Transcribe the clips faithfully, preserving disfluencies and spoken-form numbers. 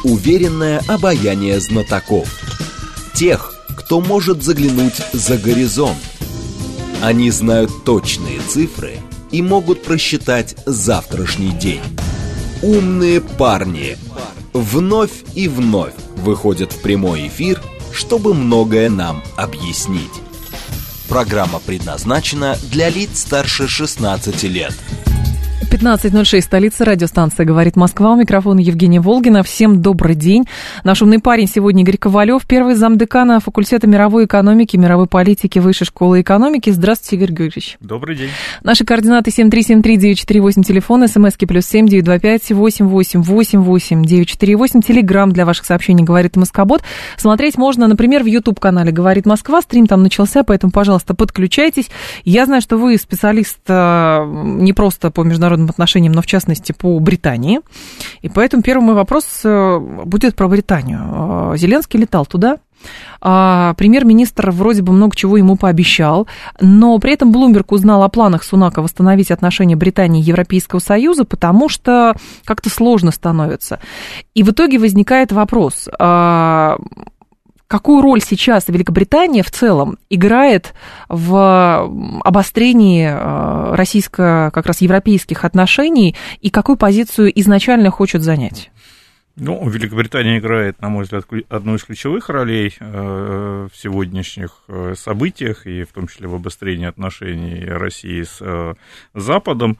уверенное обаяние знатоков. Тех, кто может заглянуть за горизонт. Они знают точные цифры и могут просчитать завтрашний день. Умные парни вновь и вновь выходят в прямой эфир, чтобы многое нам объяснить. Программа предназначена для лиц старше шестнадцати лет. пятнадцать ноль шесть, столица, радиостанция «Говорит Москва». У микрофона Евгения Волгина. Всем добрый день. Наш умный парень сегодня Игорь Ковалев, первый замдекана факультета мировой экономики, мировой политики Высшей школы экономики. Здравствуйте, Игорь Георгиевич. Добрый день. Наши координаты семь три семь три девять четыре восемь, телефон, смски плюс семь девять два пять восемь восемь восемь восемь девять четыре восемь, телеграмм для ваших сообщений «Говорит Москобот». Смотреть можно, например, в YouTube-канале «Говорит Москва». Стрим там начался, поэтому, пожалуйста, подключайтесь. Я знаю, что вы специалист не просто по международным отношениям, но в частности по Британии. И поэтому первый мой вопрос будет про Британию. Зеленский летал туда. Премьер-министр вроде бы много чего ему пообещал, но при этом Блумберг узнал о планах Сунака восстановить отношения Британии и Европейского Союза, потому что как-то сложно становится. И в итоге возникает вопрос: какую роль сейчас Великобритания в целом играет в обострении российско- как раз европейских отношений и какую позицию изначально хочет занять? Ну, Великобритания играет, на мой взгляд, одну из ключевых ролей в сегодняшних событиях, и в том числе в обострении отношений России с Западом.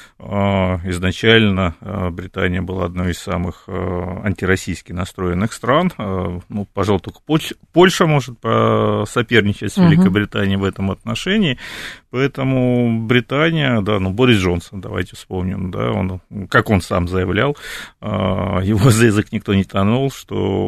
Изначально Британия была одной из самых антироссийски настроенных стран. Ну, пожалуй, только Польша может соперничать с Великобританией в этом отношении. Поэтому Британия, да, ну, Борис Джонсон, давайте вспомним, да, он, как он сам заявлял, его за язык никто не тянул, что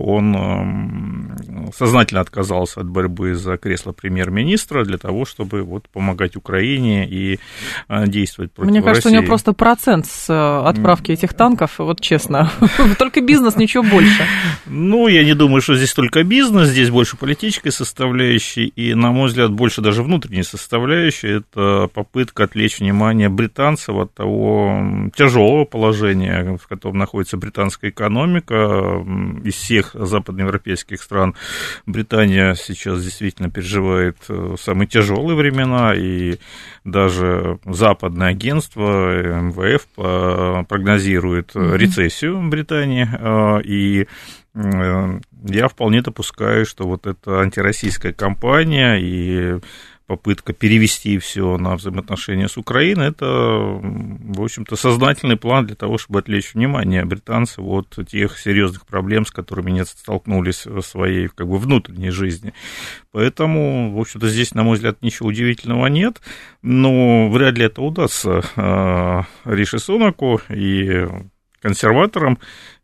он сознательно отказался от борьбы за кресло премьер-министра для того, чтобы вот помогать Украине и действовать против России. Мне кажется, у него просто процент с отправки этих танков, вот честно, только бизнес, ничего больше. Ну, я не думаю, что здесь только бизнес, здесь больше политической составляющей, и, на мой взгляд, больше даже внутренней составляющей. Это попытка отвлечь внимание британцев от того тяжелого положения, в котором находится британская экономика. Из всех западноевропейских стран Британия сейчас действительно переживает самые тяжелые времена, и даже западное агентство эм вэ эф прогнозирует mm-hmm. рецессию в Британии, и я вполне допускаю, что вот эта антироссийская кампания и попытка перевести все на взаимоотношения с Украиной, это, в общем-то, сознательный план для того, чтобы отвлечь внимание британцев от тех серьезных проблем, с которыми они столкнулись в своей, как бы, внутренней жизни. Поэтому, в общем-то, здесь, на мой взгляд, ничего удивительного нет, но вряд ли это удастся Риши Сунаку и консерваторам.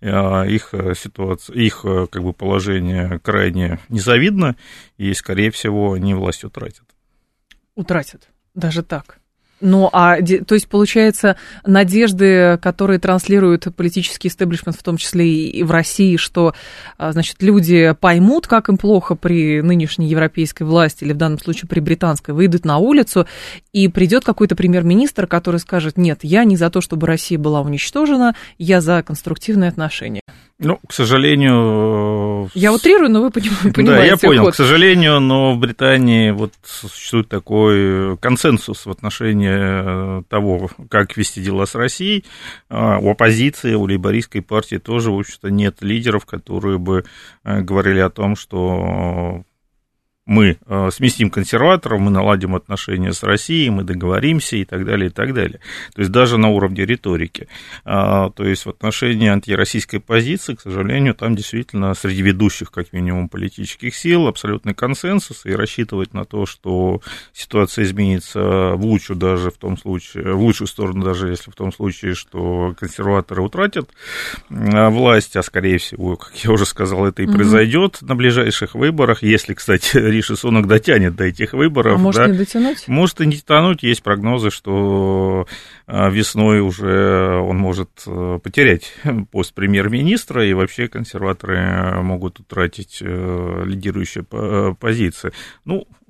Их ситуация, их, как бы, положение крайне незавидно, и, скорее всего, они власть утратят. Утратят, даже так. Ну, а, то есть, получается, надежды, которые транслирует политический истеблишмент, в том числе и в России, что, значит, люди поймут, как им плохо при нынешней европейской власти, или в данном случае при британской, выйдут на улицу, и придет какой-то премьер-министр, который скажет: нет, я не за то, чтобы Россия была уничтожена, я за конструктивные отношения. Ну, к сожалению... Я утрирую, но вы понимаете. Да, я понял, ход. К сожалению, но в Британии вот существует такой консенсус в отношении того, как вести дела с Россией. У оппозиции, у лейбористской партии тоже, в общем-то, нет лидеров, которые бы говорили о том, что мы сместим консерваторов, мы наладим отношения с Россией, мы договоримся и так далее, и так далее. То есть даже на уровне риторики. То есть в отношении антироссийской позиции, к сожалению, там действительно среди ведущих, как минимум, политических сил абсолютный консенсус, и рассчитывать на то, что ситуация изменится в лучшую, даже в том случае, в лучшую сторону, даже если в том случае, что консерваторы утратят власть, а скорее всего, как я уже сказал, это и mm-hmm. произойдет на ближайших выборах, если, кстати, Риши Сунак дотянет до этих выборов. А может, да, не дотянуть? Может и не дотянуть. Есть прогнозы, что весной уже он может потерять пост премьер-министра, и вообще консерваторы могут утратить лидирующие позиции. Ну,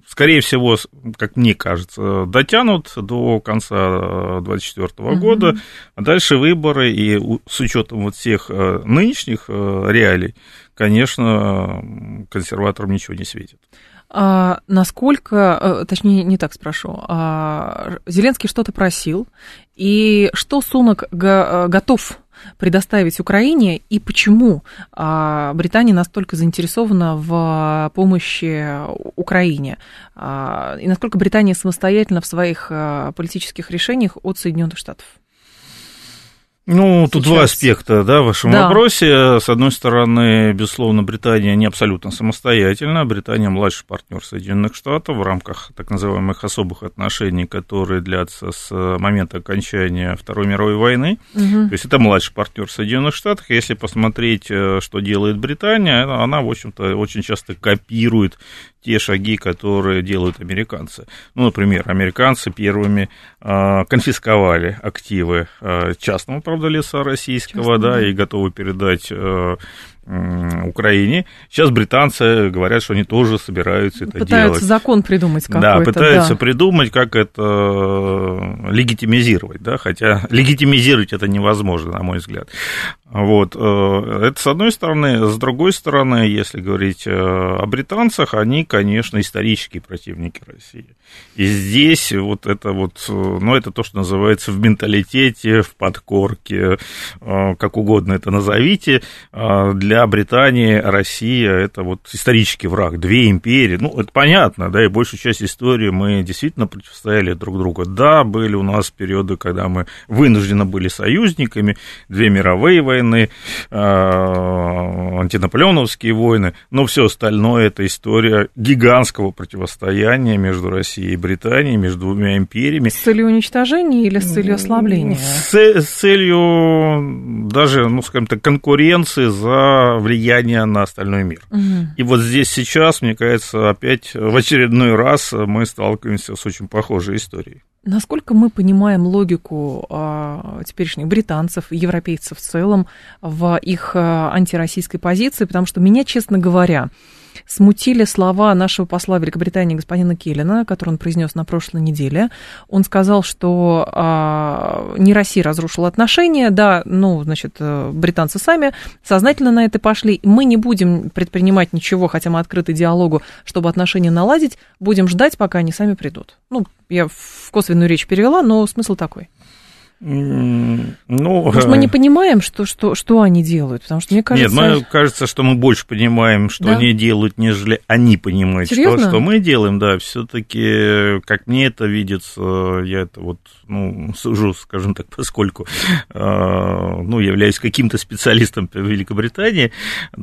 скорее всего, как мне кажется, дотянут до конца двадцать четвёртого года, а дальше выборы, и с учетом вот всех нынешних реалий, конечно, консерваторам ничего не светит. А насколько, точнее, не так спрошу, а Зеленский что-то просил, и что Сунак готов предоставить Украине, и почему Британия настолько заинтересована в помощи Украине, и насколько Британия самостоятельна в своих политических решениях от Соединенных Штатов? Ну, тут Сейчас. два аспекта, да, в вашем да. вопросе. С одной стороны, безусловно, Британия не абсолютно самостоятельна. Британия младший партнер Соединенных Штатов в рамках так называемых особых отношений, которые длятся с момента окончания Второй мировой войны. Угу. То есть это младший партнер Соединенных Штатов. Если посмотреть, что делает Британия, она, в общем-то, очень часто копирует те шаги, которые делают американцы. Ну, например, американцы первыми э, конфисковали активы э, частного, правда, леса российского, Частно, да, да, и готовы передать э, э, Украине. Сейчас британцы говорят, что они тоже собираются это пытаются делать. Пытаются закон придумать какой-то. Да, пытаются да. придумать, как это легитимизировать, да, хотя легитимизировать это невозможно, на мой взгляд. Вот, это с одной стороны. С другой стороны, если говорить о британцах, они, конечно, исторические противники России. И здесь вот это вот, ну, это то, что называется в менталитете, в подкорке, как угодно это назовите, для Британии Россия – это вот исторический враг, две империи. Ну, это понятно, да, и большую часть истории мы действительно противостояли друг другу. Да, были у нас периоды, когда мы вынуждены были союзниками, две мировые войны, антинаполеоновские войны, но все остальное это история гигантского противостояния между Россией и Британией, между двумя империями. С целью уничтожения или с целью ослабления? С, с целью даже, ну, скажем так, конкуренции за влияние на остальной мир. Угу. И вот здесь сейчас, мне кажется, опять в очередной раз мы сталкиваемся с очень похожей историей. Насколько мы понимаем логику э, теперешних британцев, европейцев в целом в их э, антироссийской позиции, потому что меня, честно говоря, смутили слова нашего посла в Великобритании господина Келлина, который он произнес на прошлой неделе. Он сказал, что э, не Россия разрушила отношения, да, ну, значит, британцы сами сознательно на это пошли. Мы не будем предпринимать ничего, хотя мы открыты диалогу, чтобы отношения наладить, будем ждать, пока они сами придут. Ну, я в косвенную речь перевела, но смысл такой. Ну, Может, мы не понимаем, что, что, что они делают? Потому что мне кажется... Нет, мне кажется, что мы больше понимаем, что да? они делают, нежели они понимают, что, что мы делаем. Да, все-таки, как мне это видится, я это вот, ну, сужу, скажем так, поскольку, ну, являюсь каким-то специалистом в Великобритании,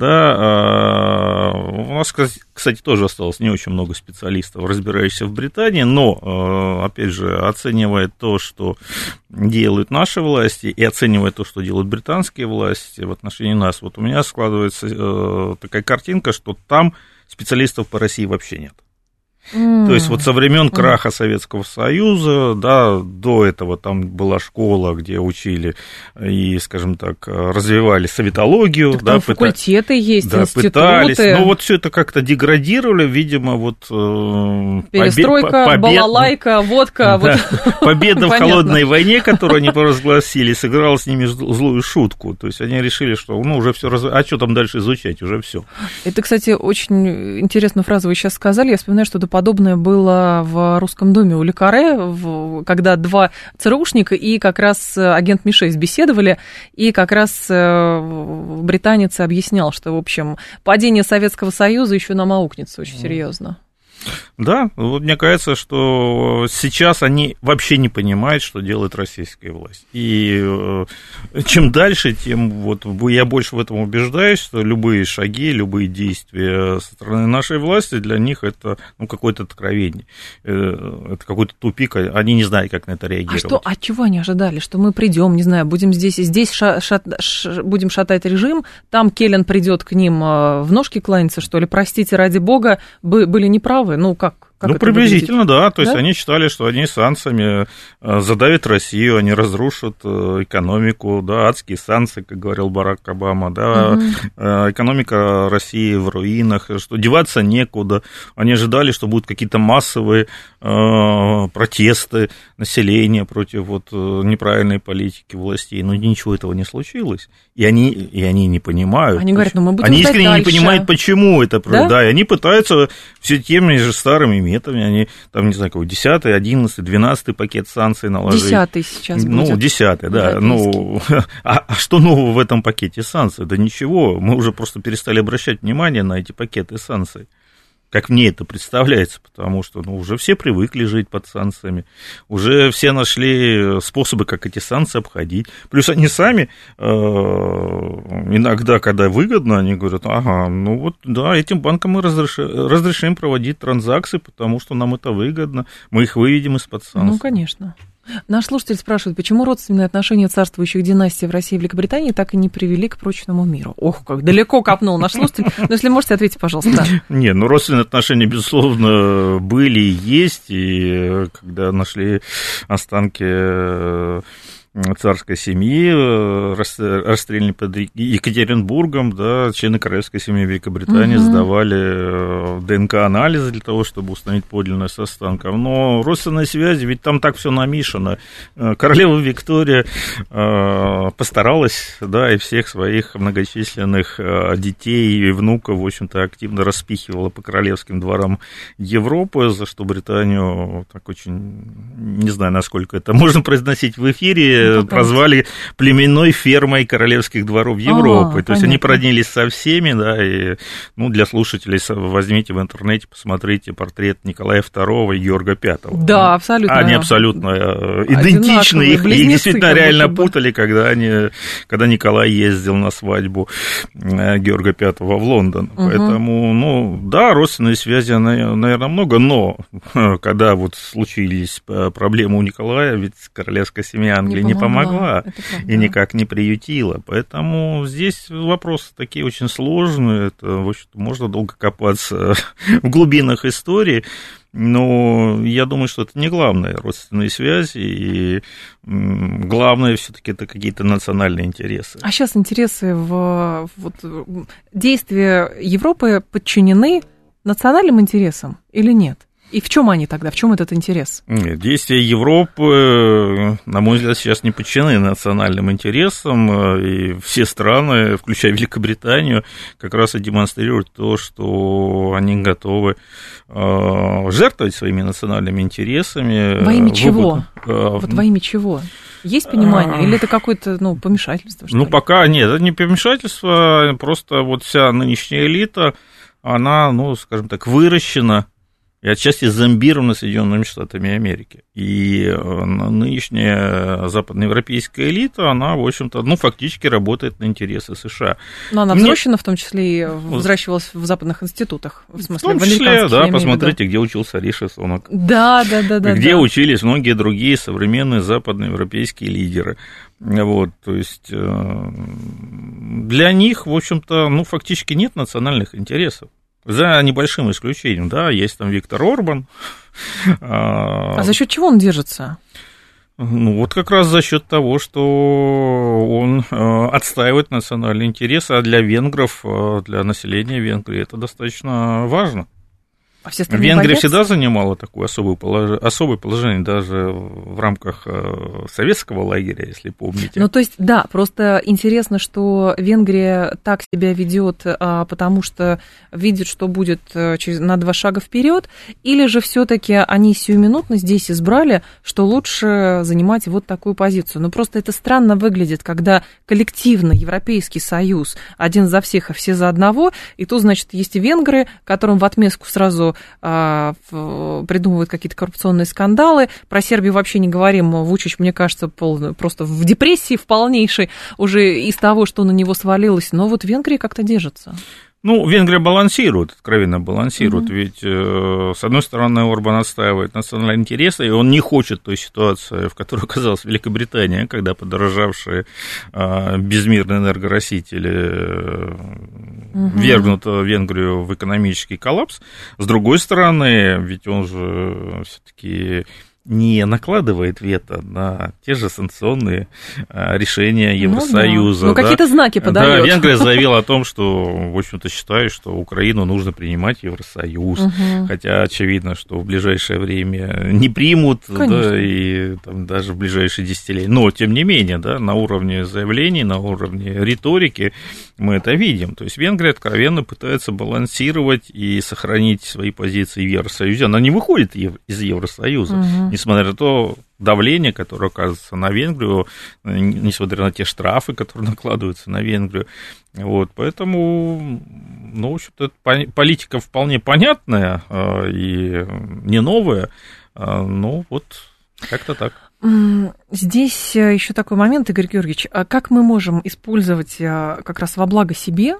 да, у нас, кстати, тоже осталось не очень много специалистов, разбирающихся в Британии, но, опять же, оценивая то, что делают наши власти, и оценивая то, что делают британские власти в отношении нас, вот у меня складывается такая картинка, что там специалистов по России вообще нет. Mm. То есть вот со времен краха Советского Союза, да, до этого там была школа, где учили и, скажем так, развивали советологию. Так да, там факультеты пыта... есть, да, институты. Пытались, но вот все это как-то деградировали, видимо, вот... Перестройка, побед... балалайка, водка. Да. Вот. Победа в холодной войне, которую они провозгласили, сыграла с ними злую шутку. То есть они решили, что ну уже все, раз... а что там дальше изучать, уже все. Это, кстати, очень интересную фразу вы сейчас сказали. Я вспоминаю, что до подобное было в Русском доме у Ле Карре, когда два ЦРУшника и как раз агент Ми шесть беседовали, и как раз британец объяснял, что, в общем, падение Советского Союза еще нам аукнется очень серьезно. Да, вот мне кажется, что сейчас они вообще не понимают, что делает российская власть. И чем дальше, тем вот я больше в этом убеждаюсь, что любые шаги, любые действия со стороны нашей власти для них это ну, какое-то откровение, это какой-то тупик, они не знают, как на это реагировать. А что, а чего они ожидали? Что мы придем, не знаю, будем здесь, здесь ша, ша, ш, будем шатать режим, там Келлен придет к ним в ножки кланяться, что ли? Простите, ради бога, были неправы. Ну, как? Как ну, это приблизительно, выглядит? да. То есть да? они считали, что они санкциями задавят Россию, они разрушат экономику, да, адские санкции, как говорил Барак Обама, да, угу. Экономика России в руинах, что деваться некуда. Они ожидали, что будут какие-то массовые э, протесты населения против вот неправильной политики властей, но ничего этого не случилось. И они, и они не понимают. Они говорят, ну мы будем Они искренне дальше. не понимают, почему это, да? Да, и они пытаются все теми же старыми методами, они там, не знаю, какой, десятый, одиннадцатый, двенадцатый пакет санкций наложили. Десятый сейчас будет. Ну, десятый, да. Ну, а, а что нового в этом пакете санкций? Да ничего, мы уже просто перестали обращать внимание на эти пакеты санкций. Как мне это представляется, потому что ну, уже все привыкли жить под санкциями, уже все нашли способы, как эти санкции обходить. Плюс они сами э, иногда, когда выгодно, они говорят, ага, ну вот, да, этим банкам мы разрешим, разрешим проводить транзакции, потому что нам это выгодно, мы их выведем из-под санкций. Ну, конечно. Наш слушатель спрашивает, почему родственные отношения царствующих династий в России и Великобритании так и не привели к прочному миру? Ох, как далеко копнул наш слушатель. Ну, если можете, ответьте, пожалуйста. Не, ну, родственные отношения, безусловно, были и есть, и когда нашли останки царской семьи, расстрелянной под Екатеринбургом, да, члены королевской семьи Великобритании угу. сдавали ДНК-анализы для того, чтобы установить подлинность останков. Но родственные связи, ведь там так все намешано. Королева Виктория постаралась, да, и всех своих многочисленных детей и внуков, в общем-то, активно распихивала по королевским дворам Европы, за что Британию так очень, не знаю, насколько это можно произносить в эфире, ну, прозвали племенной фермой королевских дворов Европы. А, То есть они проднились со всеми, да, и, ну, для слушателей возьмите в интернете, посмотрите портрет Николая второго и Георга пятого. Да, абсолютно. Они абсолютно идентичны, их, их действительно реально путали, когда, они, когда Николай ездил на свадьбу Георга пятого в Лондон. Угу. Поэтому, ну, да, родственные связи, наверное, много, но когда вот случились проблемы у Николая, ведь королевская семья Англии не помогла, и никак не приютила. Поэтому здесь вопросы такие очень сложные. Это, в общем-то, можно долго копаться в глубинах истории. Но я думаю, что это не главное родственные связи, и главное все-таки это какие-то национальные интересы. А сейчас интересы в вот, действия Европы подчинены национальным интересам или нет? И в чем они тогда? В чем этот интерес? Нет, действия Европы, на мой взгляд, сейчас не подчинены национальным интересам, и все страны, включая Великобританию, как раз и демонстрируют то, что они готовы жертвовать своими национальными интересами. Во имя чего? Вот во имя чего? Есть понимание? Или это какое-то, ну, помешательство? Что ну, ли? пока нет, это не помешательство, просто вот вся нынешняя элита, она, ну, скажем так, выращена и отчасти зомбированы Соединенными Штатами Америки. И нынешняя западноевропейская элита, она, в общем-то, ну, фактически работает на интересы США. Но она взращена, в том числе, и взращивалась в западных институтах, в смысле, в том числе, в да, посмотрите, где учился Риши Сунак. Да, да, да, да. Где да. учились многие другие современные западноевропейские лидеры. Вот, то есть для них, в общем-то, ну, фактически нет национальных интересов. За небольшим исключением, да, есть там Виктор Орбан. А за счет чего он держится? Ну, вот как раз за счет того, что он отстаивает национальные интересы, а для венгров, для населения Венгрии это достаточно важно. А все Венгрия боятся? всегда занимала такое особое положение, особое положение даже в рамках советского лагеря, если помните. Ну, то есть, да, просто интересно, что Венгрия так себя ведет, потому что видит, что будет через, на два шага вперед, или же все-таки они сиюминутно здесь избрали, что лучше занимать вот такую позицию. Ну, просто это странно выглядит, когда коллективно Европейский Союз один за всех, а все за одного, и тут, значит, есть и венгры, которым в отместку сразу придумывают какие-то коррупционные скандалы. Про Сербию вообще не говорим. Вучич, мне кажется, пол, просто в депрессии в полнейшей уже из того, что на него свалилось. Но вот Венгрия как-то держится. Ну, Венгрия балансирует, откровенно балансирует, угу. ведь, э, с одной стороны, Орбан отстаивает национальные интересы, и он не хочет той ситуации, в которой оказалась Великобритания, когда подорожавшие э, безмерные энергоносители угу. вергнут Венгрию в экономический коллапс. С другой стороны, ведь он же все-таки не накладывает вето на те же санкционные решения Евросоюза. Ну, да. ну какие-то знаки подает. Да, Венгрия заявила о том, что, в общем-то, считает, что Украину нужно принимать в Евросоюз, угу. хотя очевидно, что в ближайшее время не примут, да, и там, даже в ближайшие десятилетия. Но, тем не менее, да, на уровне заявлений, на уровне риторики мы это видим. То есть Венгрия откровенно пытается балансировать и сохранить свои позиции в Евросоюзе. Она не выходит из Евросоюза, угу. несмотря на то давление, которое оказывается на Венгрию, несмотря на те штрафы, которые накладываются на Венгрию. Вот, поэтому, ну, в общем-то, политика вполне понятная и не новая, но вот как-то так. Здесь еще такой момент, Игорь Георгиевич, как мы можем использовать как раз во благо себе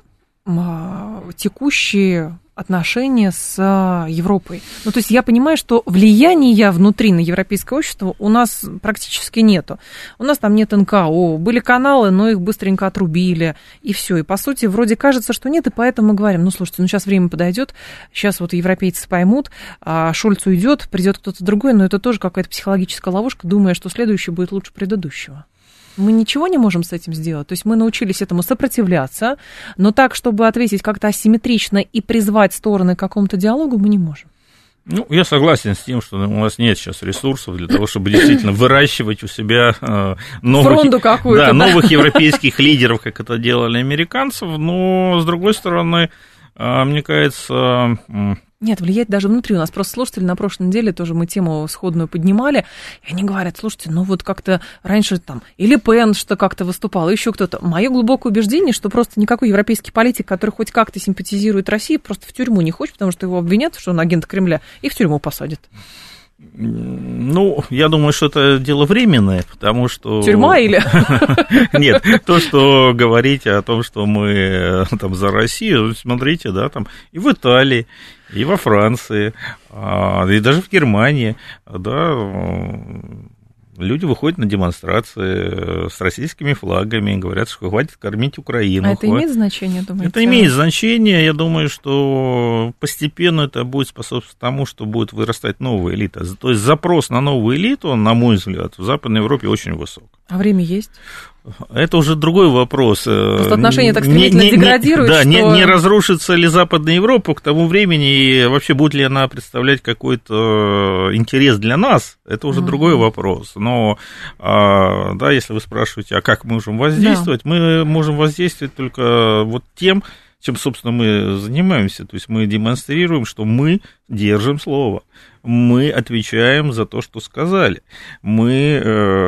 текущие отношения с Европой? Ну, то есть я понимаю, что влияния внутри на европейское общество у нас практически нету. У нас там нет эн ка о, были каналы, но их быстренько отрубили, и все. И, по сути, вроде кажется, что нет, и поэтому мы говорим, ну, слушайте, ну, сейчас время подойдет, сейчас вот европейцы поймут, а Шольц уйдет, придет кто-то другой, но это тоже какая-то психологическая ловушка, думая, что следующий будет лучше предыдущего. Мы ничего не можем с этим сделать. То есть мы научились этому сопротивляться, но так, чтобы ответить как-то асимметрично и призвать стороны к какому-то диалогу, мы не можем. Ну, я согласен с тем, что у нас нет сейчас ресурсов для того, чтобы действительно выращивать у себя новых, да, да? новых европейских лидеров, как это делали американцы, но, с другой стороны, мне кажется... Нет, влиять даже внутри. У нас просто слушатели на прошлой неделе тоже мы тему сходную поднимали, и они говорят, слушайте, ну вот как-то раньше там и Ле Пен что как-то выступал, и еще кто-то. Мое глубокое убеждение, что просто никакой европейский политик, который хоть как-то симпатизирует России, просто в тюрьму не хочет, потому что его обвинят, что он агент Кремля, и в тюрьму посадят. Ну, я думаю, что это дело временное, потому что... Тюрьма или? Нет, то, что говорить о том, что мы там за Россию, смотрите, да, там и в Италии, и во Франции, и даже в Германии, да, люди выходят на демонстрации с российскими флагами, говорят, что хватит кормить Украину. А это имеет значение, думаете? Это имеет значение. Я думаю, что постепенно это будет способствовать тому, что будет вырастать новая элита. То есть запрос на новую элиту, на мой взгляд, в Западной Европе очень высок. А время есть? Это уже другой вопрос. Просто отношения так стремительно не, не, деградируют, да, что... не, не разрушится ли Западная Европа к тому времени, и вообще будет ли она представлять какой-то интерес для нас, это уже mm-hmm. другой вопрос. Но, да, если вы спрашиваете, а как мы можем воздействовать, да. мы можем воздействовать только вот тем, чем, собственно, мы занимаемся. То есть мы демонстрируем, что мы держим слово. Мы отвечаем за то, что сказали. Мы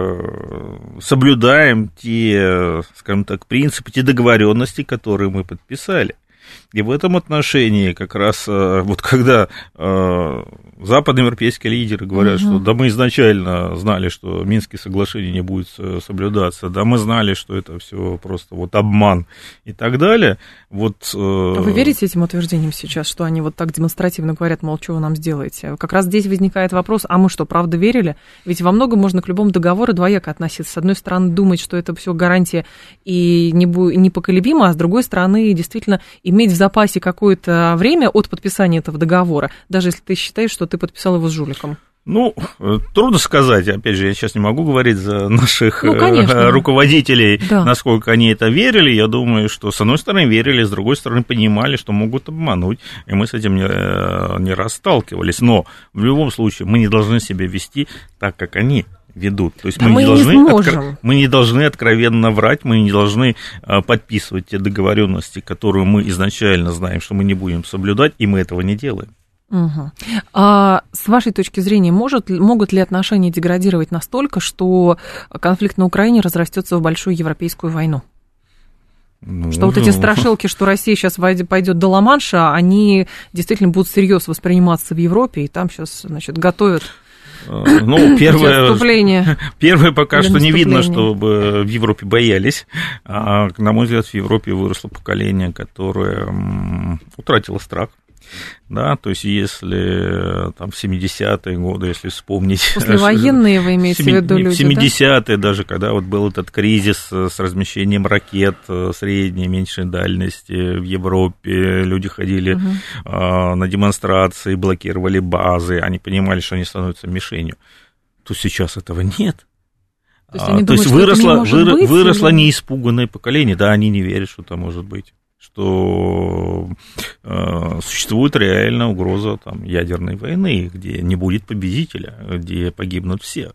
э, соблюдаем те, скажем так, принципы, те договоренности, которые мы подписали. И в этом отношении как раз вот когда э, западноевропейские лидеры говорят, угу. что да мы изначально знали, что Минские соглашения не будут соблюдаться, да мы знали, что это все просто вот обман и так далее. Вот, э... Вы верите этим утверждениям сейчас, что они вот так демонстративно говорят, мол, что вы нам сделаете? Как раз здесь возникает вопрос, а мы что, правда верили? Ведь во многом можно к любому договору двояко относиться. С одной стороны, думать, что это все гарантия и непоколебимо, а с другой стороны, действительно иметь в запасе какое-то время от подписания этого договора, даже если ты считаешь, что ты подписал его с жуликом. Ну, трудно сказать, опять же, я сейчас не могу говорить за наших ну, руководителей, да. насколько они это верили. Я думаю, что с одной стороны верили, с другой стороны понимали, что могут обмануть, и мы с этим не, не раз сталкивались. Но в любом случае мы не должны себя вести так, как они ведут. То есть а мы, мы, не должны не откро... мы не должны откровенно врать, мы не должны подписывать те договоренности, которые мы изначально знаем, что мы не будем соблюдать, и мы этого не делаем. Угу. А с вашей точки зрения, может, могут ли отношения деградировать настолько, что конфликт на Украине разрастется в большую европейскую войну? Ну, что вот эти страшилки, что Россия сейчас пойдет до Ла-Манша, они действительно будут всерьез восприниматься в Европе, и там сейчас, значит, готовят... Ну, первое, первое пока что не видно, чтобы в Европе боялись. А, на мой взгляд, в Европе выросло поколение, которое утратило страх. Да, то есть если там в семидесятые годы, если вспомнить... Послевоенные вы имеете в виду люди, семидесятые да? Даже, когда вот был этот кризис с размещением ракет средней, меньшей дальности в Европе, люди ходили угу. на демонстрации, блокировали базы, они понимали, что они становятся мишенью. То сейчас этого нет. То есть, они а, думают, то есть что выросло, это не может выро, быть, выросло или... неиспуганное поколение, да, они не верят, что это может быть. Что э, существует реально угроза там, ядерной войны, где не будет победителя, где погибнут все.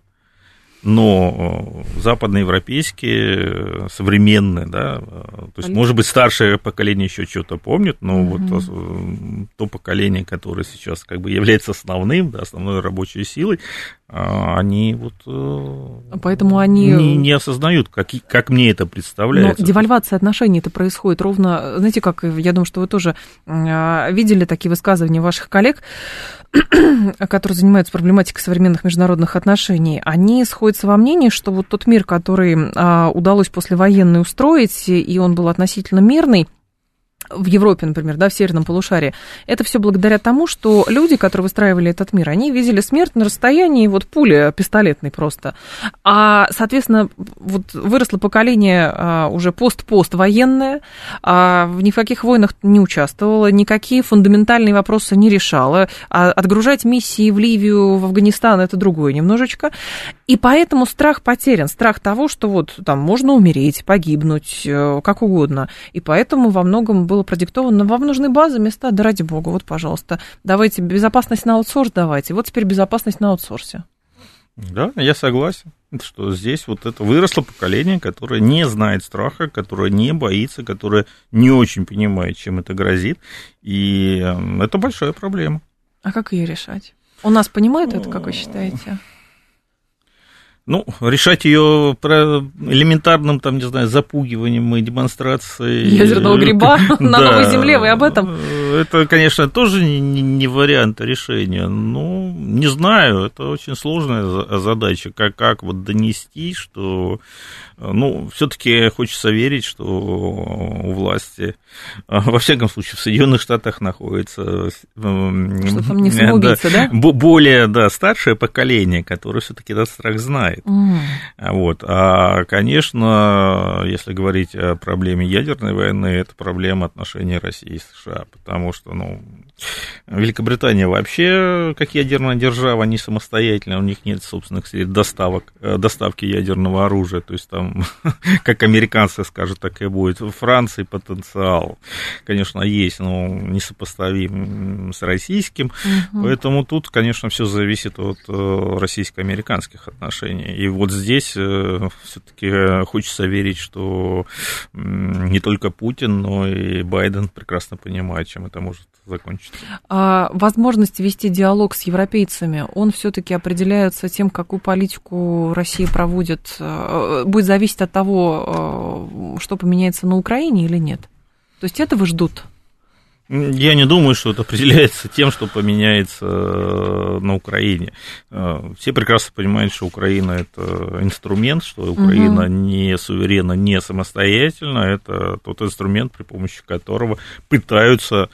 Но западноевропейские, современные, да, то есть, может быть, старшее поколение еще что-то помнит, но mm-hmm. вот то поколение, которое сейчас как бы является основным, да, основной рабочей силой, они вот Поэтому они... не, не осознают, как, как мне это представляется. Но девальвация отношений это происходит ровно, знаете, как, я думаю, что вы тоже видели такие высказывания ваших коллег, которые занимаются проблематикой современных международных отношений, они сходятся во мнении, что вот тот мир, который а, удалось послевоенный устроить, и он был относительно мирный, в Европе, например, да, в северном полушарии, это все благодаря тому, что люди, которые выстраивали этот мир, они видели смерть на расстоянии вот пули пистолетной просто. А, соответственно, вот выросло поколение а, уже пост-пост военное, а, в никаких войнах не участвовало, никакие фундаментальные вопросы не решало. А отгружать миссии в Ливию, в Афганистан, это другое немножечко. И поэтому страх потерян, страх того, что вот там можно умереть, погибнуть, как угодно. И поэтому во многом было продиктовано, вам нужны базы, места, да ради бога, вот, пожалуйста, давайте безопасность на аутсорс давайте, вот теперь безопасность на аутсорсе. Да, я согласен, что здесь вот это выросло поколение, которое не знает страха, которое не боится, которое не очень понимает, чем это грозит, и это большая проблема. А как ее решать? У нас понимают это, как вы считаете? Ну, решать ее элементарным, там, не знаю, запугиванием и демонстрацией... Ядерного гриба на новой земле, вы об этом? Это, конечно, тоже не вариант решения. Ну, не знаю, это очень сложная задача, как, как вот донести, что... Ну, все-таки хочется верить, что у власти, во всяком случае, в Соединенных Штатах находится... Что там не самоубийца, да? да? Более, да, старшее поколение, которое все-таки этот страх знает. Mm. Вот. А, конечно, если говорить о проблеме ядерной войны, это проблема отношений России и США, потому что, ну, Великобритания вообще, как ядерная держава, не самостоятельная, у них нет собственных средств доставок, доставки ядерного оружия, то есть там, как американцы скажут, так и будет. В Франции потенциал, конечно, есть, но несопоставим с российским, mm-hmm. поэтому тут, конечно, все зависит от российско-американских отношений. И вот здесь все-таки хочется верить, что не только Путин, но и Байден прекрасно понимает, чем это может закончиться. А возможность вести диалог с европейцами, он все-таки определяется тем, какую политику Россия проводит, будет зависеть от того, что поменяется на Украине или нет? То есть этого ждут? Я не думаю, что это определяется тем, что поменяется на Украине. Все прекрасно понимают, что Украина – это инструмент, что Украина угу. не суверенна, не самостоятельна. Это тот инструмент, при помощи которого пытаются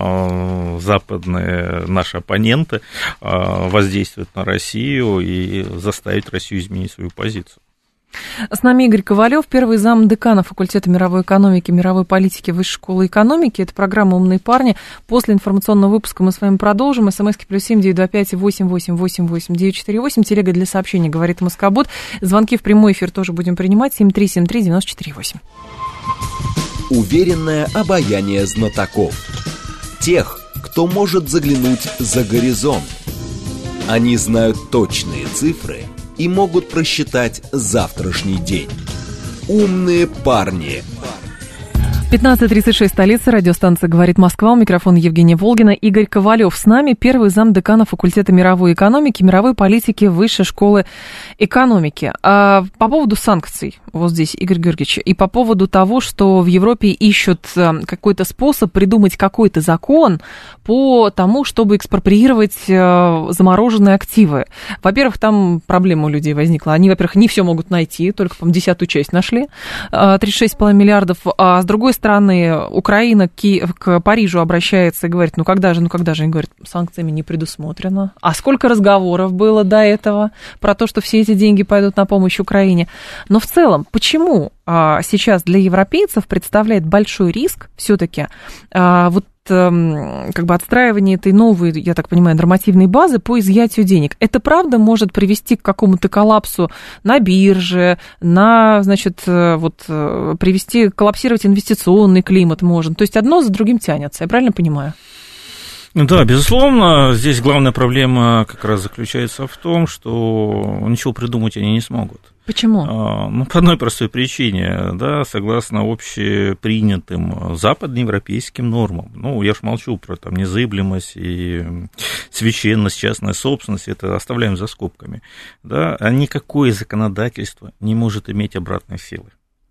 западные наши оппоненты воздействовать на Россию и заставить Россию изменить свою позицию. С нами Игорь Ковалев, первый зам декана факультета мировой экономики, мировой политики Высшей школы экономики. Это программа «Умные парни». После информационного выпуска мы с вами продолжим. СМСки плюс семь девятьсот двадцать пять восемь восемь восемь восемь девять четыре восемь. Телега для сообщений, говорит Москобот. Звонки в прямой эфир тоже будем принимать. семь три семь три девять четыре восемь. Уверенное обаяние знатоков. Тех, кто может заглянуть за горизонт. Они знают точные цифры и могут просчитать завтрашний день. Умные парни. пятнадцать тридцать шесть, столица, радиостанция «Говорит Москва», у микрофона Евгения Волгина. Игорь Ковалев с нами, первый зам декана факультета мировой экономики, мировой политики Высшей школы экономики. А по поводу санкций, вот здесь, Игорь Георгиевич, и по поводу того, что в Европе ищут какой-то способ придумать какой-то закон по тому, чтобы экспроприировать замороженные активы. Во-первых, там проблема у людей возникла. Они, во-первых, не все могут найти, только, по-моему, десятую часть нашли, тридцать шесть целых пять десятых миллиардов, а с другой стороны, страны. Украина к Парижу обращается и говорит, ну когда же, ну когда же? Они говорят, санкциями не предусмотрено. А сколько разговоров было до этого про то, что все эти деньги пойдут на помощь Украине. Но в целом, почему сейчас для европейцев представляет большой риск все-таки вот как бы отстраивание этой новой, я так понимаю, нормативной базы по изъятию денег? Это правда может привести к какому-то коллапсу на бирже, на, значит, вот привести, коллапсировать инвестиционный климат может? То есть одно за другим тянется, я правильно понимаю? Да, безусловно, здесь главная проблема как раз заключается в том, что ничего придумать они не смогут. Почему? Ну, по одной простой причине, да, согласно общепринятым западноевропейским нормам. Ну, я ж молчу про там незыблемость и священность частной собственности, это оставляем за скобками, да, а никакое законодательство не может иметь обратной силы.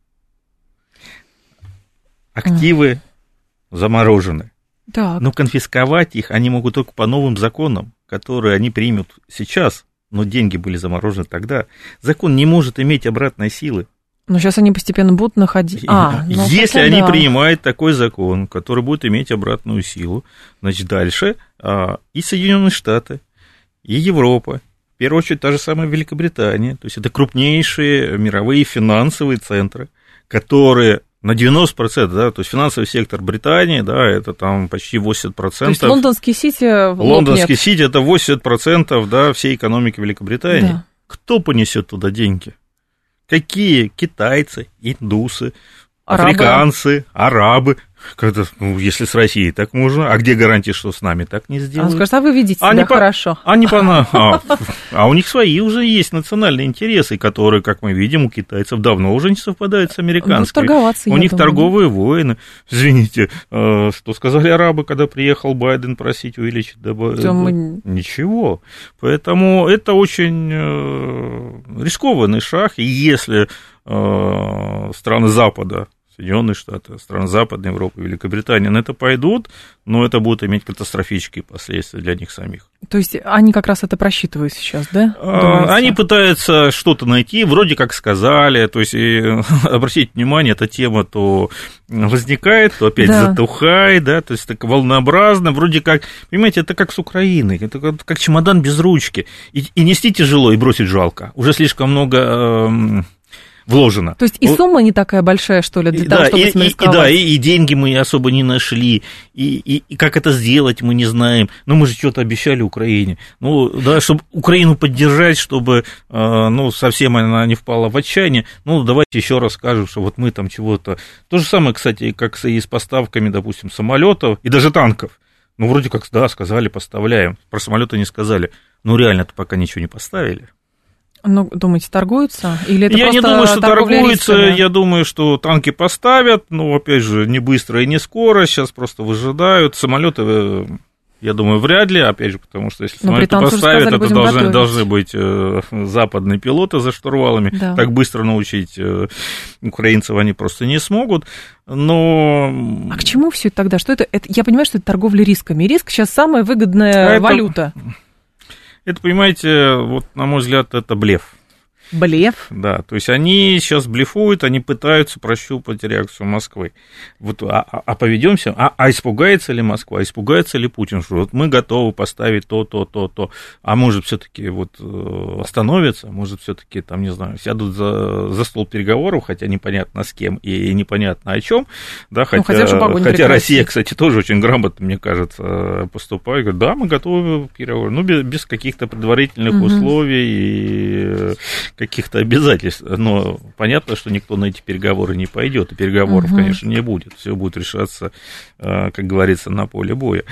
Активы заморожены. Так. Но конфисковать их они могут только по новым законам, которые они примут сейчас, но деньги были заморожены тогда. Закон не может иметь обратной силы. Но сейчас они постепенно будут находить... А, ну, если они да. принимают такой закон, который будет иметь обратную силу, значит, дальше а, и Соединенные Штаты, и Европа, в первую очередь та же самая Великобритания, то есть это крупнейшие мировые финансовые центры, которые... На девяносто процентов, да, то есть финансовый сектор Британии, да, это там почти восемьдесят процентов. То есть лондонский Сити лопнет. Лондонский Сити это восемьдесят процентов, да, всей экономики Великобритании. Да. Кто понесет туда деньги? Какие? Китайцы, индусы, арабы. Африканцы, арабы. Когда, ну, если с Россией так можно, а где гарантия, что с нами так не сделают? Он скажет, а вы видите себя они хорошо. По, они по, а, а у них свои уже есть национальные интересы, которые, как мы видим, у китайцев давно уже не совпадают с американскими. Ну, у них думаю. торговые войны. Извините, что сказали арабы, когда приехал Байден просить увеличить добавку? Мы... Ничего. Поэтому это очень рискованный шаг, и если страны Запада, Соединенные Штаты, страны Западной Европы, Великобритания на это пойдут, но это будет иметь катастрофические последствия для них самих. То есть они как раз это просчитывают сейчас, да? Думаете? Они пытаются что-то найти, вроде как сказали, то есть, обратите внимание, эта тема то возникает, то опять да. затухает, да, то есть так волнообразно, вроде как, понимаете, это как с Украиной, это как, как чемодан без ручки, и, и нести тяжело, и бросить жалко, уже слишком много... Э, вложено. То есть и сумма не такая большая, что ли, для и, того, да, чтобы и, с ним и, да, и, и деньги мы особо не нашли, и, и, и как это сделать мы не знаем. Ну, мы же что-то обещали Украине. Ну, да, чтобы Украину поддержать, чтобы, ну, совсем она не впала в отчаяние, ну, давайте еще раз скажем, что вот мы там чего-то... То же самое, кстати, как и с поставками, допустим, самолетов и даже танков. Ну, вроде как, да, сказали, поставляем. Про самолеты не сказали. Ну, реально-то пока ничего не поставили. Ну, думаете, торгуются? Или это я просто не думаю, что торгуются, рисками? Я думаю, что танки поставят, но, опять же, не быстро и не скоро, сейчас просто выжидают. Самолеты, я думаю, вряд ли, опять же, потому что если но самолеты поставят, сказали, это должны, должны быть э, западные пилоты за штурвалами, да. Так быстро научить э, украинцев они просто не смогут, но... А к чему все это тогда? Что это? это? Я понимаю, что это торговля рисками. Риск сейчас самая выгодная а валюта. Это... Это, понимаете, вот, на мой взгляд, это блеф. Блеф? Да, то есть они сейчас блефуют, они пытаются прощупать реакцию Москвы. Вот, а, а поведемся, а, а испугается ли Москва, испугается ли Путин, что вот мы готовы поставить то, то, то, то, а может все-таки вот остановятся, может все-таки там, не знаю, сядут за, за стол переговоров, хотя непонятно с кем и непонятно о чем, да, хотя, ну, хотя, хотя Россия, кстати, тоже очень грамотно, мне кажется, поступает, говорит, да, мы готовы к переговорам, ну, без, без каких-то предварительных угу. условий и каких-то обязательств, но понятно, что никто на эти переговоры не пойдет, и переговоров, угу. конечно, не будет, все будет решаться, как говорится, на поле боя.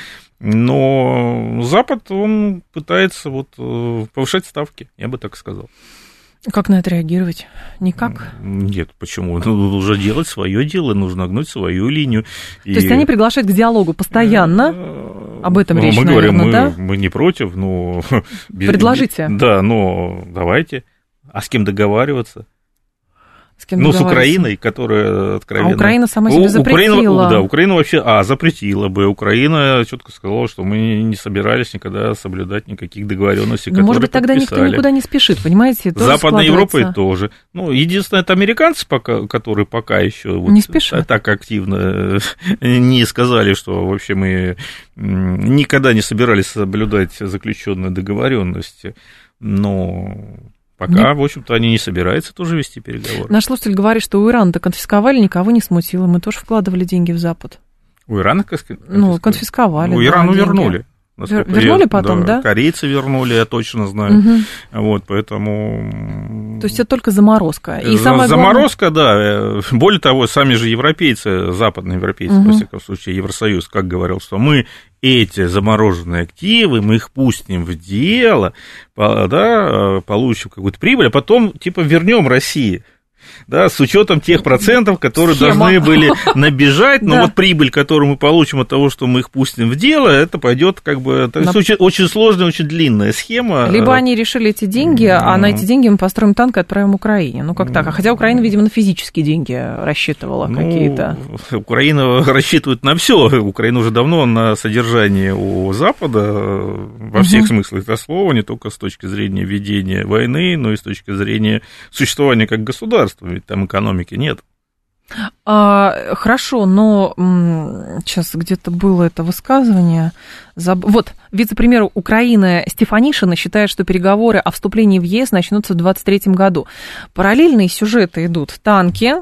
Но Запад, он пытается вот повышать ставки, я бы так сказал. Как на это реагировать? Никак? Нет, почему? Нужно делать свое дело, нужно гнуть свою линию. То и... есть они приглашают к диалогу постоянно? Об этом ну, речь, мы наверное, говорим, да? Мы, мы не против, но... Предложите. Да, но давайте. А с кем договариваться? С кем ну, с Украиной, которая откровенно... А Украина сама себе запретила. Украина, да, Украина вообще, а, запретила бы. Украина четко сказала, что мы не собирались никогда соблюдать никаких договоренностей, которые Может быть, тогда подписали. никто никуда не спешит, понимаете? Западной Европой тоже. Ну, единственное, это американцы, пока, которые пока еще вот не спешат. Так активно не сказали, что вообще мы никогда не собирались соблюдать заключенные договоренности, но... Пока, в общем-то, они не собираются тоже вести переговоры. Наш слушатель говорит, что у Ирана-то конфисковали, никого не смутило. Мы тоже вкладывали деньги в Запад. У Ирана конфисковали? Ну, конфисковали. У Ирану вернули. Вер, вернули я, потом, да, да? Корейцы вернули, я точно знаю. Угу. Вот, поэтому... То есть это только заморозка. И За, самое заморозка, главное... да. Более того, сами же европейцы, западные европейцы, угу. во всяком случае, Евросоюз, как говорил, что мы эти замороженные активы, мы их пустим в дело, да, получим какую-то прибыль, а потом, типа, вернем России. Да, с учетом тех процентов, которые Схема. должны были набежать, но да. вот прибыль, которую мы получим от того, что мы их пустим в дело, это пойдет как бы это на... очень, очень сложная, очень длинная схема. Либо они решили эти деньги, mm-hmm. а на эти деньги мы построим танк и отправим Украине. Ну, как mm-hmm. так? А хотя Украина, видимо, на физические деньги рассчитывала ну, какие-то. Украина рассчитывает на все. Украина уже давно на содержании у Запада во всех mm-hmm. смыслах этого слова, не только с точки зрения ведения войны, но и с точки зрения существования как государства. Ведь там экономики нет. А, хорошо, но м- сейчас где-то было это высказывание. Заб... Вот, вице-премьер Украины Стефанишина считает, что переговоры о вступлении в ЕС начнутся в двадцать третьем году. Параллельные сюжеты идут. Танки,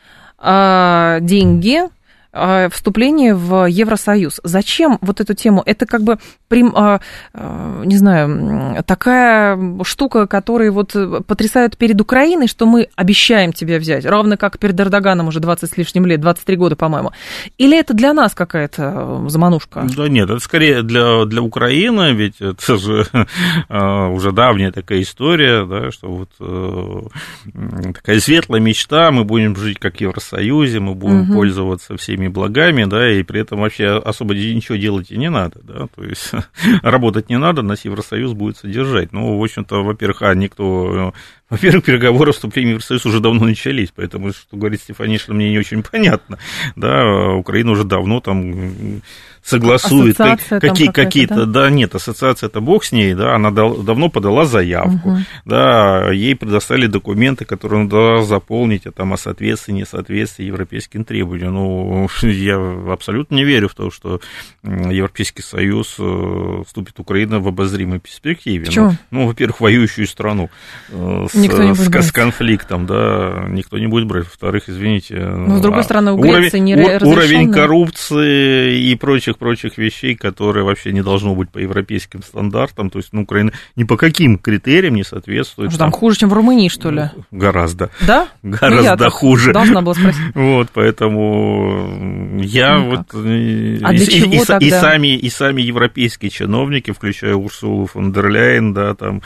а, деньги, а, вступление в Евросоюз. Зачем вот эту тему? Это как бы, а, а, не знаю, такая штука, которая вот потрясает перед Украиной, что мы обещаем тебя взять, равно как перед Эрдоганом уже двадцать с лишним лет, двадцать три года, по-моему. Или это для нас какая-то заманушка? Да нет, это скорее для, для Украины, ведь это же уже давняя такая история, да, что вот такая светлая мечта, мы будем жить как в Евросоюзе, мы будем угу. пользоваться всеми благами, да, и при этом вообще особо ничего делать и не надо, да, то есть работать не надо, нас Евросоюз будет содержать. Ну, в общем-то, во-первых, а никто... Во-первых, переговоры о вступлении в Евросоюз уже давно начались, поэтому, что говорит Стефанишина, мне не очень понятно. Да, Украина уже давно там согласует как, какие, какие-то... Да? да, нет, ассоциация, это бог с ней, да, она дал, давно подала заявку, угу. да, ей предоставили документы, которые она должна заполнить, а там о соответствии, несоответствии европейским требованиям. Ну, я абсолютно не верю в то, что Европейский Союз вступит Украина в обозримой перспективе. Почему? Ну, ну, во-первых, воюющую страну с, с, с конфликтом, да, никто не будет брать. Во-вторых, извините... Но, с другой стороны, у Греции не разрешенный... Уровень коррупции и прочих-прочих вещей, которые вообще не должно быть по европейским стандартам, то есть, ну, Украина ни по каким критериям не соответствует. Что там, там хуже, чем в Румынии, что ли? Гораздо. Да? Гораздо ну, хуже. Должна была спросить. Вот, поэтому я ну, вот... А и, для и, чего и, тогда? И сами, и сами европейские чиновники, включая Урсулу фон дер Ляйен, да, там,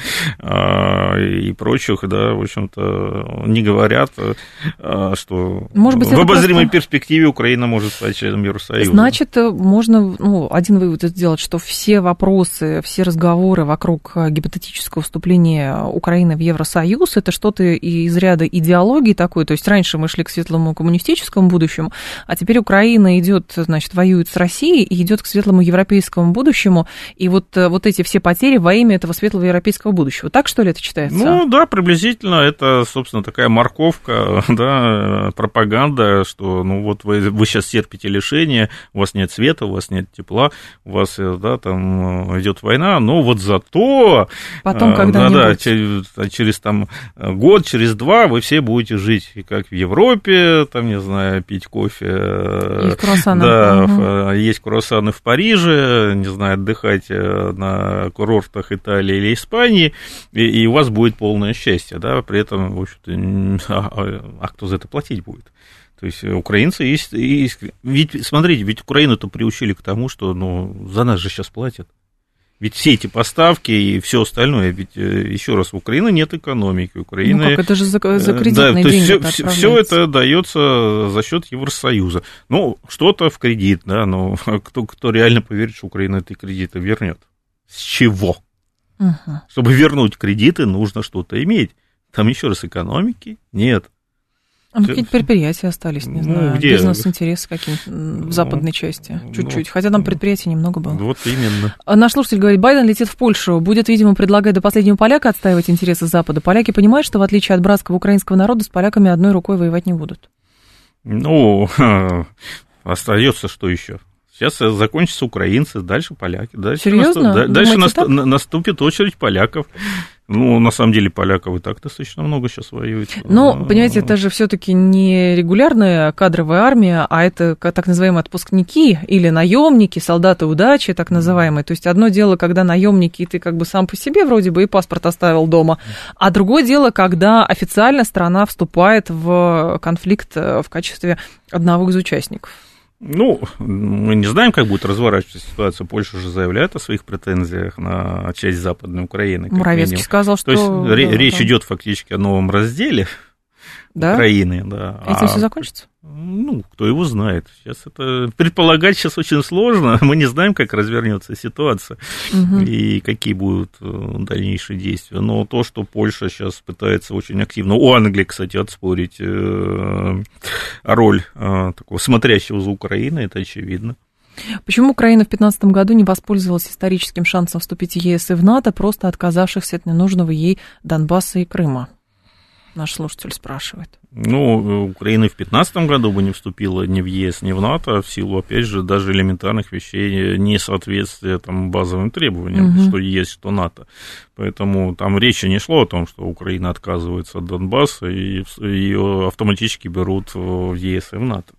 и прочих, да, в общем-то, не говорят, что может быть, в обозримой просто... перспективе Украина может стать членом Евросоюза. Значит, можно, ну, один вывод сделать, что все вопросы, все разговоры вокруг гипотетического вступления Украины в Евросоюз, это что-то из ряда идеологии такой, то есть раньше мы шли к светлому коммунистическому будущему, а теперь Украина идет, значит, воюет с Россией и идет к светлому европейскому будущему, и вот, вот эти все потери во имя этого светлого европейского будущего. Так, что ли, это читается? Ну, да, приблизительно, это, собственно, такая морковка, да, пропаганда, что, ну, вот вы, вы сейчас терпите лишения, у вас нет света, у вас нет тепла, у вас, да, там идет война, но вот зато... Потом, когда-нибудь... Да, да, через, через там год, через два вы все будете жить, как в Европе, там, не знаю, пить кофе... Есть круассаны. Да, угу. Есть круассаны в Париже, не знаю, отдыхать на курортах Италии или Испании, и, и у вас будет полное счастье, да, при этом, в общем-то, а, а кто за это платить будет? То есть украинцы есть, есть... Ведь, смотрите, ведь Украину-то приучили к тому, что, ну, за нас же сейчас платят. Ведь все эти поставки и все остальное, ведь, еще раз, в Украине нет экономики, Украина... Ну как, это же за, за кредитные да, деньги. Все, все это дается за счет Евросоюза. Ну, что-то в кредит, да, но кто, кто реально поверит, что Украина эти кредиты вернет? С чего? А какие-то предприятия остались, не ну, знаю, где? Бизнес-интересы какие-то в западной части, чуть-чуть, ну, хотя там предприятий немного было. Вот именно. Наш слушатель говорит, Байден летит в Польшу, будет, видимо, предлагать до последнего поляка отстаивать интересы Запада. Поляки понимают, что в отличие от братского украинского народа с поляками одной рукой воевать не будут. Ну, остается что еще? Сейчас закончатся украинцы, дальше поляки. Дальше Серьезно? Наступ... Дальше наступ... наступит очередь поляков. Ну, на самом деле, поляков и так достаточно много сейчас воюет. Ну, понимаете, это же все-таки не регулярная кадровая армия, а это так называемые отпускники или наемники, солдаты удачи, так называемые. То есть одно дело, когда наемники, и ты как бы сам по себе вроде бы и паспорт оставил дома, а другое дело, когда официально страна вступает в конфликт в качестве одного из участников. Ну, мы не знаем, как будет разворачиваться ситуация. Польша же заявляет о своих претензиях на часть Западной Украины. Моровецкий минимум. Сказал, что... То есть да, речь да. идет фактически о новом разделе да? Украины. Да. Этим а, все закончится? Ну, кто его знает. Сейчас это предполагать сейчас очень сложно. Мы не знаем, как развернется ситуация угу. и какие будут дальнейшие действия. Но то, что Польша сейчас пытается очень активно, у Англии, кстати, отспорить э, роль э, такого смотрящего за Украиной, это очевидно. Почему Украина в две тысячи пятнадцатом году не воспользовалась историческим шансом вступить в ЕС и в НАТО, просто отказавшихся от ненужного ей Донбасса и Крыма? Наш слушатель спрашивает. Ну, Украина и в две тысячи пятнадцатом году бы не вступила ни в ЕС, ни в НАТО, в силу, опять же, даже элементарных вещей, несоответствия там, базовым требованиям, угу. что ЕС, что НАТО. Поэтому там речи не шло о том, что Украина отказывается от Донбасса, и ее автоматически берут в ЕС и в НАТО.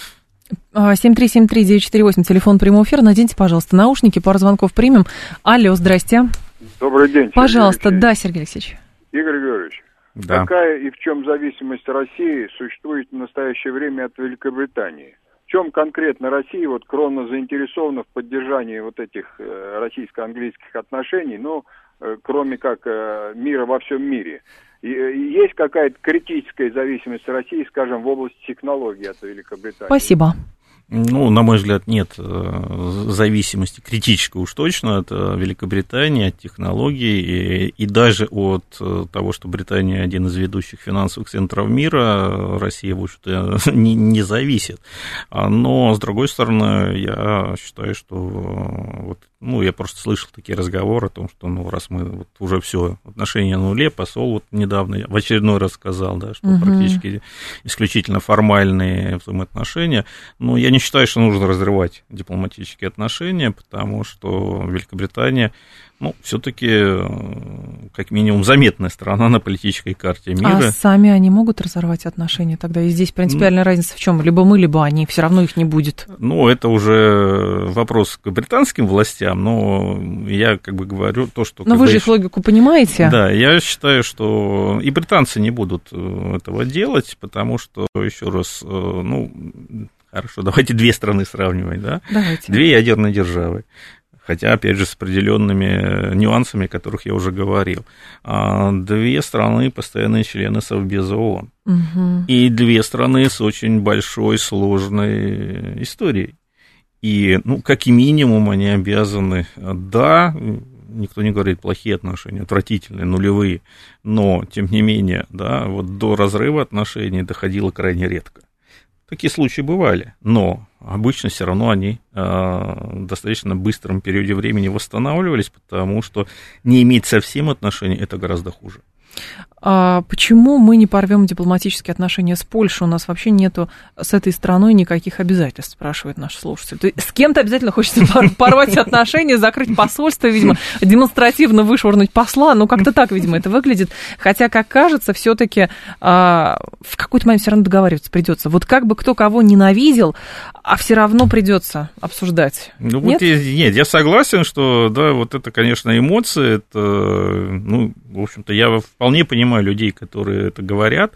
семь три семь три девять четыре восемь, телефон прямого эфира. Наденьте, пожалуйста, наушники, пару звонков примем. Алло, здрасте. Добрый день. Пожалуйста, да, Сергей Алексеевич. Игорь Георгиевич. Да. Какая и в чем зависимость России существует в настоящее время от Великобритании? В чем конкретно Россия вот кровно заинтересована в поддержании вот этих э, российско-английских отношений, ну, э, кроме как э, мира во всем мире? И, и есть какая-то критическая зависимость России, скажем, в области технологий от Великобритании? Спасибо. Ну, на мой взгляд, нет зависимости критической уж точно от Великобритании, от технологий и, и даже от того, что Британия один из ведущих финансовых центров мира, Россия, в общем-то, не, не зависит. Но, с другой стороны, я считаю, что вот, ну, я просто слышал такие разговоры о том, что, ну, раз мы вот уже все, отношения на нуле, посол вот недавно в очередной раз сказал, да, что угу. практически исключительно формальные взаимоотношения, но я не считаю, что нужно разрывать дипломатические отношения, потому что Великобритания, ну, все-таки, как минимум, заметная страна на политической карте мира. А сами они могут разорвать отношения тогда? И здесь принципиальная ну, разница в чем? Либо мы, либо они, все равно их не будет. Ну, это уже вопрос к британским властям, но я как бы говорю то, что... Но вы же их логику понимаете? Да, я считаю, что и британцы не будут этого делать, потому что, еще раз, ну... Хорошо, давайте две страны сравнивать, да? Давайте. Две ядерные державы. Хотя, опять же, с определенными нюансами, о которых я уже говорил. Две страны постоянные члены Совбеза ООН. Угу. И две страны с очень большой, сложной историей. И, ну, как минимум, они обязаны, да, никто не говорит плохие отношения, отвратительные, нулевые, но, тем не менее, да, вот до разрыва отношений доходило крайне редко. Такие случаи бывали, но обычно все равно они э, в достаточно быстром периоде времени восстанавливались, потому что не иметь совсем отношений – это гораздо хуже. А почему мы не порвем дипломатические отношения с Польшей? У нас вообще нету с этой страной никаких обязательств, спрашивает наш слушатель. То есть с кем-то обязательно хочется порвать отношения, закрыть посольство, видимо, демонстративно вышвырнуть посла. Ну, как-то так, видимо, это выглядит. Хотя, как кажется, все-таки а, в какой-то момент все равно договариваться придется. Вот как бы кто кого ненавидел, а все равно придется обсуждать. Ну, нет? Вот я, нет, я согласен, что, да, вот это, конечно, эмоции, это, ну, в общем-то, я вполне понимаю людей, которые это говорят,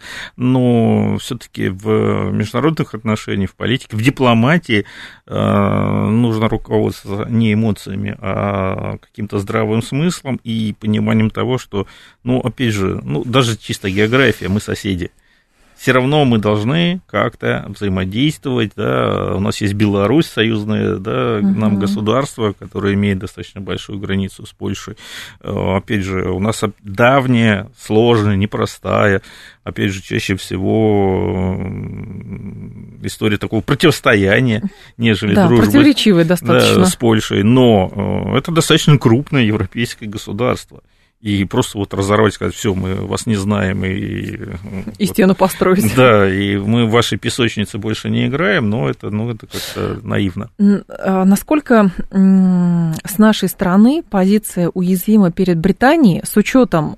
но все-таки в международных отношениях, в политике, в дипломатии э, нужно руководствоваться не эмоциями, а каким-то здравым смыслом и пониманием того, что, ну, опять же, ну, даже чисто география, мы соседи. все равно мы должны как-то взаимодействовать, да, у нас есть Беларусь, союзное, да, угу. нам государство, которое имеет достаточно большую границу с Польшей, опять же, у нас давняя, сложная, непростая, опять же, чаще всего история такого противостояния, нежели да, дружбы противоречивая достаточно. Да, с Польшей, но это достаточно крупное европейское государство. И просто вот разорвать, сказать, все, мы вас не знаем. И, и вот, стену построить. Да, и мы в вашей песочнице больше не играем, но это, ну, это как-то наивно. Насколько с нашей стороны позиция уязвима перед Британией с учетом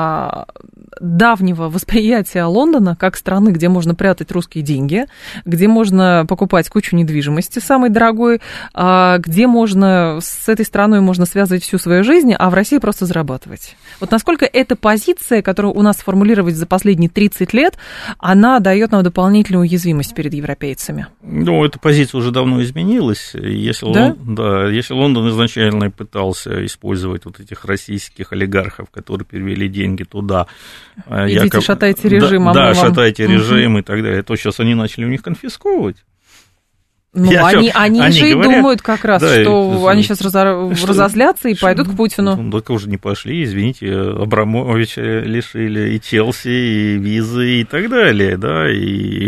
давнего восприятия Лондона как страны, где можно прятать русские деньги, где можно покупать кучу недвижимости самой дорогой, где можно с этой страной можно связывать всю свою жизнь, а в России просто зарабатывать. Вот насколько эта позиция, которую у нас сформулировать за последние тридцать лет, она дает нам дополнительную уязвимость перед европейцами? Ну, эта позиция уже давно изменилась. Если, да? Лон... Да, если Лондон изначально пытался использовать вот этих российских олигархов, которые перевели деньги туда, идите, якобы... шатайте режим. Да, а да вам... шатайте режим угу. и так далее, то сейчас они начали у них конфисковывать. Ну, Я они, что, они, они же говорят, и думают как раз, да, что и, они сейчас разор... что, разозлятся и что, пойдут к Путину. Ну, так уже не пошли, извините, Абрамовича лишили и Челси, и визы, и так далее, да, и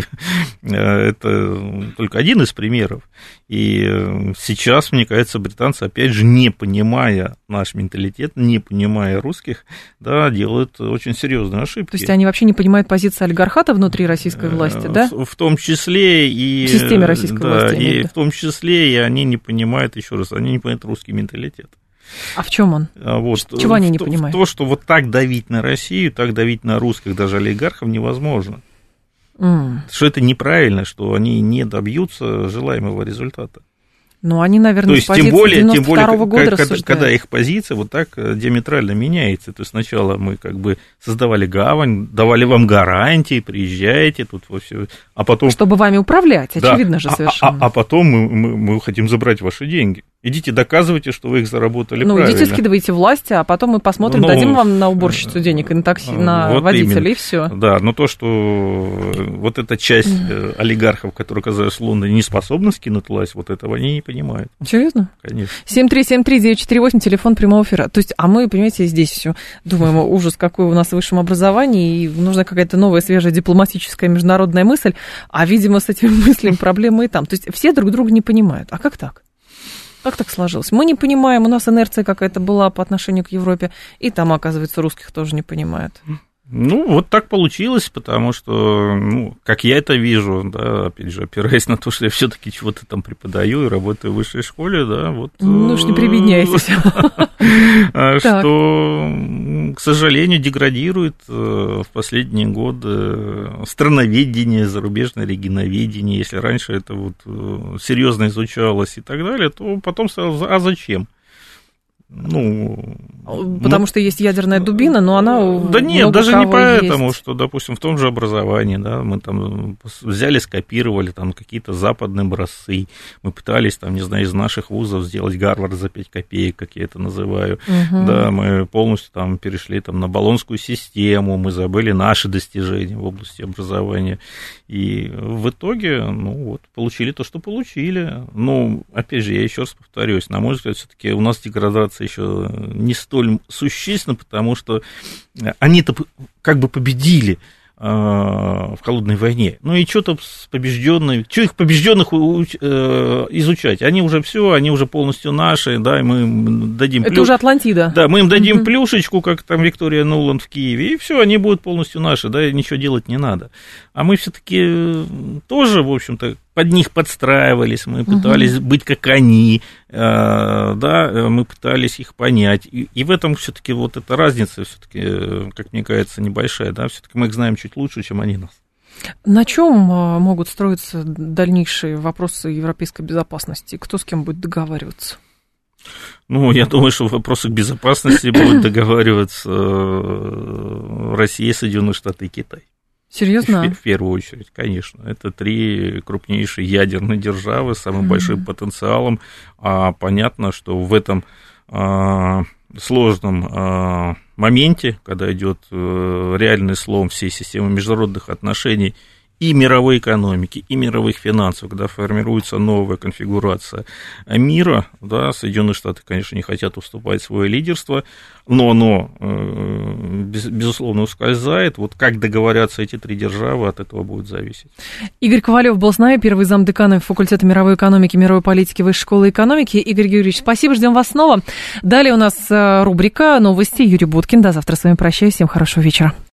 это только один из примеров. И сейчас, мне кажется, британцы, опять же, не понимая наш менталитет, не понимая русских, да, делают очень серьезные ошибки. То есть они вообще не понимают позиции олигархата внутри российской власти, да? В, в том числе и... В системе российской да, власти. И в том числе и они не понимают, еще раз, они не понимают русский менталитет. А в чем он? Вот. Чего они в не то, понимают? В то, что вот так давить на Россию, так давить на русских, даже олигархов, невозможно. Mm. Что это неправильно, что они не добьются желаемого результата. Ну, они, наверное, то есть, с позиции тем более, девяносто второго тем более, года когда, рассуждают. Когда их позиция вот так диаметрально меняется. То есть сначала мы как бы создавали гавань, давали вам гарантии, приезжайте тут во все, а потом... Чтобы вами управлять, да, очевидно же совершенно. А, а, а потом мы, мы, мы хотим забрать ваши деньги. Идите, доказывайте, что вы их заработали ну, правильно. Ну, идите, скидывайте власти, а потом мы посмотрим, ну, дадим вам на уборщицу денег и на такси, на вот водителя, именно. И все. Да, но то, что вот эта часть mm. олигархов, которые оказались в Лондоне, не способны скинуть власть, вот этого они не понимают. Серьезно? Конечно. семь три семь три девять четыре восемь, телефон прямого эфира. То есть, а мы, понимаете, здесь все думаем, ужас, какой у нас в высшем образовании, и нужна какая-то новая, свежая дипломатическая международная мысль, а, видимо, с этими мыслями проблемы и там. То есть, все друг друга не понимают. А как так? Как так сложилось? Мы не понимаем, у нас инерция какая-то была по отношению к Европе, и там, оказывается, русских тоже не понимают. Ну, вот так получилось, потому что, ну, как я это вижу, да, опять же, опираясь на то, что я все-таки чего-то там преподаю и работаю в высшей школе, да, вот... Ну уж не прибедняйтесь. Что, к сожалению, деградирует в последние годы страноведение, зарубежное регионоведение. Если раньше это вот серьезно изучалось и так далее, то потом сразу, а зачем? Ну, потому ну, что есть ядерная дубина, но она... Да нет, даже не поэтому, есть. Что, допустим, в том же образовании, да, мы там взяли, скопировали там какие-то западные образцы, мы пытались, там, не знаю, из наших вузов сделать Гарвард за пять копеек, как я это называю, угу. Да, мы полностью там перешли там на болонскую систему, мы забыли наши достижения в области образования, и в итоге, ну, вот, получили то, что получили. Ну, опять же, я еще раз повторюсь, на мой взгляд, все-таки у нас деградация еще не столь существенна, потому что они-то как бы победили э, в холодной войне. Ну и что там с побежденными, что их побежденных э, изучать? Они уже все, они уже полностью наши, да, и мы им дадим... Это плюш... уже Атлантида. Да, мы им дадим угу. плюшечку, как там Виктория Нуланд в Киеве, и все, они будут полностью наши, да, и ничего делать не надо. А мы все-таки тоже, в общем-то, под них подстраивались, мы пытались угу. быть как они, э, да, мы пытались их понять. И, и в этом все-таки вот эта разница, все-таки, как мне кажется, небольшая, да, все-таки мы их знаем чуть лучше, чем они нас. На чем могут строиться дальнейшие вопросы европейской безопасности? Кто с кем будет договариваться? Ну, я думаю, что в вопросах безопасности будут договариваться Россия, Соединенные Штаты и Китай. Серьезно? В, в первую очередь, конечно. Это три крупнейшие ядерные державы с самым mm-hmm. большим потенциалом. А понятно, что в этом а, сложном э, моменте, когда идет э, реальный слом всей системы международных отношений и мировой экономики, и мировых финансов, когда формируется новая конфигурация мира, да, Соединенные Штаты, конечно, не хотят уступать свое лидерство, но оно, э, без, безусловно, ускользает. Вот как договорятся эти три державы, от этого будет зависеть. Игорь Ковалев был с нами, первый замдекана факультета мировой экономики, мировой политики Высшей школы экономики. Игорь Георгиевич, спасибо, ждем вас снова. Далее у нас рубрика «Новости». Юрий Буткин. До завтра с вами прощаюсь. Всем хорошего вечера.